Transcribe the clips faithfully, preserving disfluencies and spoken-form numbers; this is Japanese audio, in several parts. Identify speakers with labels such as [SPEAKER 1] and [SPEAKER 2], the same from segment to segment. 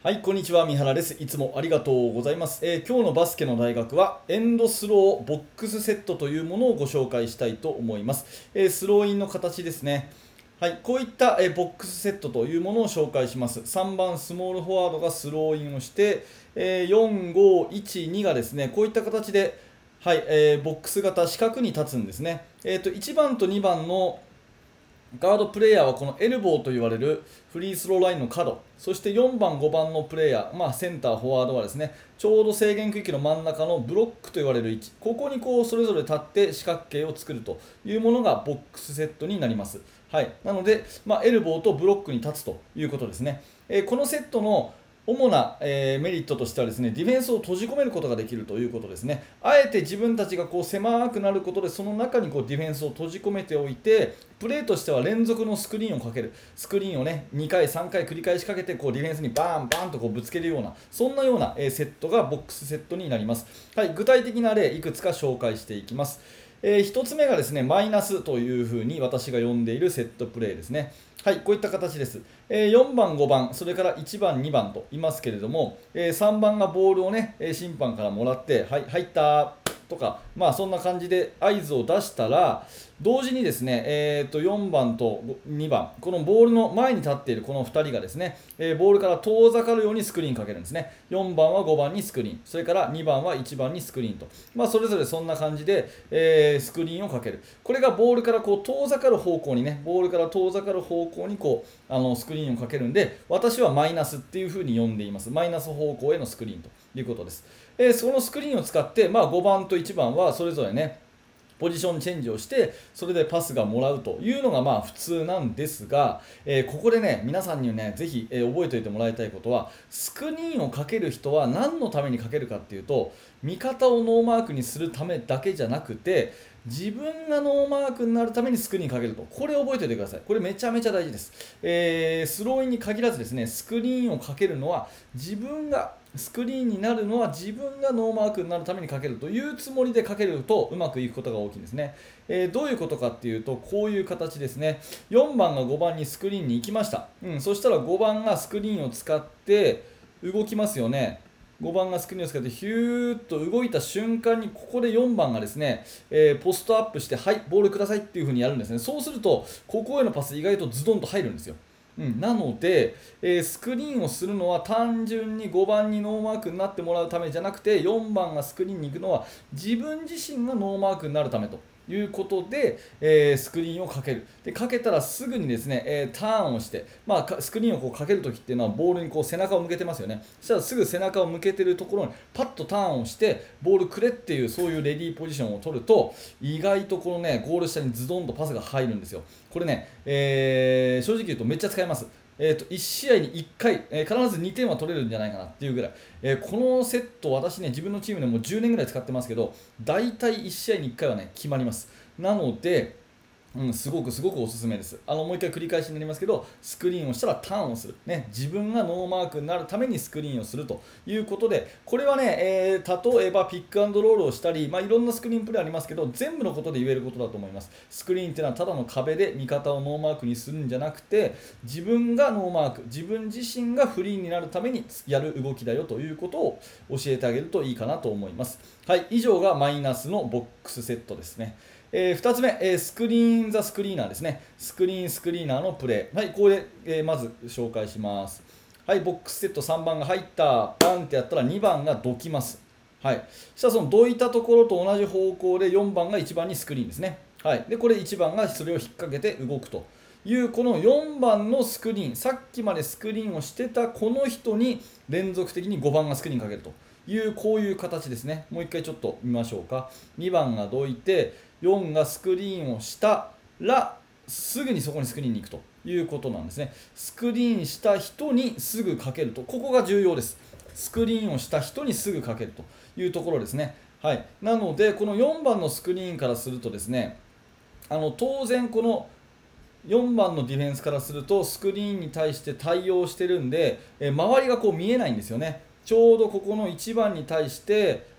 [SPEAKER 1] はい、こんにちは。三原です。いつもありがとうございます。えー今日のバスケの大学は、エンドスローボックスセットというものをご紹介したいと思います。えースローインの形ですね。はい、こういった、えーボックスセットというものを紹介します。さんばんスモールフォワードがスローインをして、えーよん、ご、いち、にがですね、こういった形で、はい、えーボックス型四角に立つんですね。えーと、いちばんとにばんのガードプレイヤーはこのエルボーと言われるフリースローラインの角、そしてよんばん、ごばんのプレイヤー、まあ、センター、フォワードはですね、ちょうど制限区域の真ん中のブロックと言われる位置、ここにこうそれぞれ立って四角形を作るというものがボックスセットになります。はい、なので、まあ、エルボーとブロックに立つということですね。えーこのセットの主な、えーメリットとしてはですね、ディフェンスを閉じ込めることができるということですね。あえて自分たちがこう狭くなることで、その中にこうディフェンスを閉じ込めておいて、プレーとしては連続のスクリーンをかける、スクリーンをね、にかい、さんかい繰り返しかけて、こうディフェンスにバーンバーンとこうぶつけるような、そんなような、えーセットがボックスセットになります。はい、具体的な例、いくつか紹介していきます。えー、ひとつめがですね、マイナスというふうに私が呼んでいるセットプレーですね。はい、こういった形です。えーよんばん、ごばん、それからいちばん、にばんといますけれども、えーさんばんがボールをね、えー審判からもらって、はい、入ったとか、まあそんな感じで合図を出したら、同時にですね、えーとよんばんとにばん、このボールの前に立っているこのふたりがですね、えーボールから遠ざかるようにスクリーンかけるんですね。よんばんはごばんにスクリーン、それからにばんはいちばんにスクリーンと、まあ、それぞれそんな感じで、えースクリーンをかける。これがボールからこう遠ざかる方向にね、ボールから遠ざかる方向にこうあのスクリーンをかけるんで、私はマイナスっていうふうに呼んでいます。マイナス方向へのスクリーンということです。えーそのスクリーンを使って、まあ、ごばんといちばんはそれぞれね、ポジションチェンジをして、それでパスがもらうというのがまあ普通なんですが、えーここでね、皆さんにね、ぜひ、えー覚えておいてもらいたいことは、スクリーンをかける人は何のためにかけるかっていうと、味方をノーマークにするためだけじゃなくて、自分がノーマークになるためにスクリーンかけると。これを覚えておいてください。これめちゃめちゃ大事です。えースローインに限らずですね、スクリーンをかけるのは自分がスクリーンになるのは自分がノーマークになるためにかけるというつもりでかけるとうまくいくことが大きいんですね。えーどういうことかっていうと、こういう形ですね。よんばんがごばんにスクリーンに行きました。うん、そしたらごばんがスクリーンを使って動きますよね。ごばんがスクリーンを使ってヒューッと動いた瞬間に、ここでよんばんがですね、えーポストアップして、はい、ボールくださいっていう風にやるんですね。そうすると、ここへのパス意外とズドンと入るんですよ。うん、なので、えースクリーンをするのは単純にごばんにノーマークになってもらうためじゃなくて、よんばんがスクリーンに行くのは自分自身がノーマークになるためということで、えースクリーンをかける。で、かけたらすぐにですね、えーターンをして、まあ、かスクリーンをこうかけるときっていうのはボールにこう背中を向けてますよね。そしたらすぐ背中を向けてるところにパッとターンをして、ボールくれっていうそういうレディーポジションを取ると、意外とこのね、ゴール下にズドンとパスが入るんですよ。これね、えー正直言うとめっちゃ使えます。えー、といち試合にいっかい、えー必ずにてんは取れるんじゃないかなっていうぐらい、えーこのセット、私ね、自分のチームでもじゅうねんぐらい使ってますけど、大体いち試合にいっかいはね、決まります。なので、うん、すごくすごくおすすめです。あのもう一回繰り返しになりますけど、スクリーンをしたらターンをする、ね、自分がノーマークになるためにスクリーンをするということで、これはね、えー例えばピックアンドロールをしたり、まあ、いろんなスクリーンプレーありますけど、全部のことで言えることだと思います。スクリーンっていうのはただの壁で味方をノーマークにするんじゃなくて、自分がノーマーク、自分自身がフリーになるためにやる動きだよということを教えてあげるといいかなと思います。はい、以上がマイナスのボックスセットですね。えー、ふたつめ、えースクリーン・ザ・スクリーナーですね。スクリーン・スクリーナーのプレー。はい、ここで、えーまず紹介します。はい、ボックスセットさんばんが入った、パンってやったらにばんがどきます。はい、そしたらそのどいたところと同じ方向でよんばんがいちばんにスクリーンですね。はい、で、これいちばんがそれを引っ掛けて動くというこのよんばんのスクリーン、さっきまでスクリーンをしてたこの人に連続的にごばんがスクリーンかけるというこういう形ですね。もう一回ちょっと見ましょうか。にばんがどいて、よんがスクリーンをしたらすぐにそこにスクリーンに行くということなんですね。スクリーンした人にすぐかけると、ここが重要です。スクリーンをした人にすぐかけるというところですね。はい、なので、このよんばんのスクリーンからするとですね、あの当然このよんばんのディフェンスからするとスクリーンに対して対応してるんで、えー周りがこう見えないんですよね。ちょうどここのいちばんに対して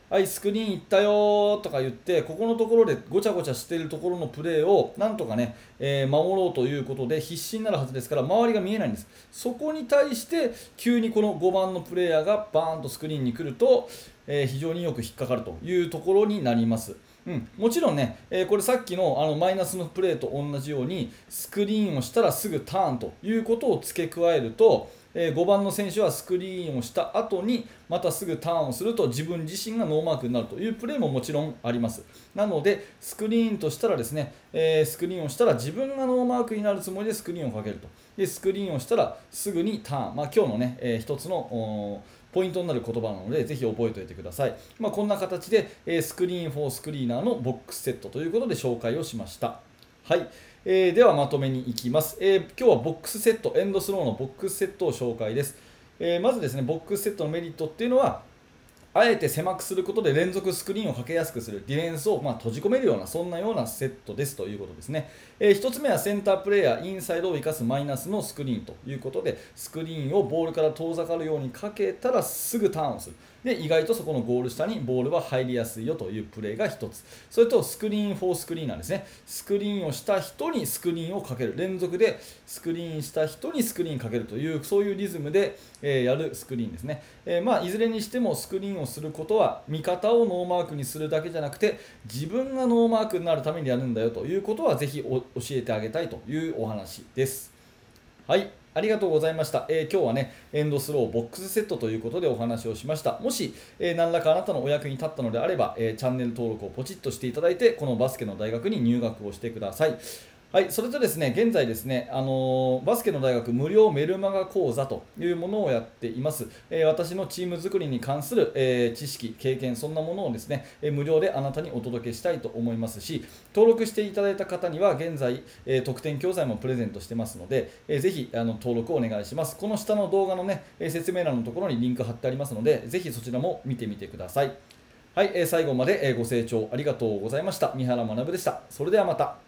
[SPEAKER 1] はい、スクリーン行ったよーとか言って、ここのところでごちゃごちゃしているところのプレーをなんとかね、えー守ろうということで必死になるはずですから、周りが見えないんです。そこに対して、急にこのごばんのプレイヤーがバーンとスクリーンに来ると、えー非常によく引っかかるというところになります。うん、もちろんね、えーこれさっきのあのマイナスのプレーと同じようにスクリーンをしたらすぐターンということを付け加えると、えーごばんの選手はスクリーンをした後にまたすぐターンをすると自分自身がノーマークになるというプレーももちろんあります。なのでスクリーンとしたらですね、えースクリーンをしたら自分がノーマークになるつもりでスクリーンをかけると。でスクリーンをしたらすぐにターン、まあ、今日のね、えー一つのおーポイントになる言葉なので、ぜひ覚えておいてください。まあ、こんな形で、えースクリーンフォースクリーナーのボックスセットということで紹介をしました。はい、えーではまとめに行きます、えー今日はボックスセット、エンドスローのボックスセットを紹介です。えーまずですね、ボックスセットのメリットっていうのは、あえて狭くすることで連続スクリーンをかけやすくする、ディフェンスをまあ閉じ込めるような、そんなようなセットですということですね。えー、ひとつめはセンタープレーヤー、インサイドを生かすマイナスのスクリーンということで、スクリーンをボールから遠ざかるようにかけたらすぐターンをする。で、意外とそこのゴール下にボールは入りやすいよというプレーがひとつ。それとスクリーンフォースクリーンなんですね。スクリーンをした人にスクリーンをかける。連続でスクリーンした人にスクリーンかけるという、そういうリズムで、えーやるスクリーンですね。えーまあ、いずれにしてもスクリーンをすることは味方をノーマークにするだけじゃなくて自分がノーマークになるためにやるんだよということはぜひお教えてあげたいというお話です。はい、ありがとうございました。えー今日はね、エンドスローボックスセットということでお話をしました。もし、えー何らかあなたのお役に立ったのであれば、えーチャンネル登録をポチッとしていただいて、このバスケの大学に入学をしてください。はい、それとですね、現在ですね、あのーバスケの大学無料メルマガ講座というものをやっています。えー私のチーム作りに関する、えー知識、経験、そんなものをですね、えー無料であなたにお届けしたいと思いますし、登録していただいた方には現在、えー特典教材もプレゼントしてますので、えーぜひあの登録をお願いします。この下の動画のね、えー説明欄のところにリンク貼ってありますので、ぜひそちらも見てみてください。はい、えー最後までえーご清聴ありがとうございました。三原学でした。それではまた。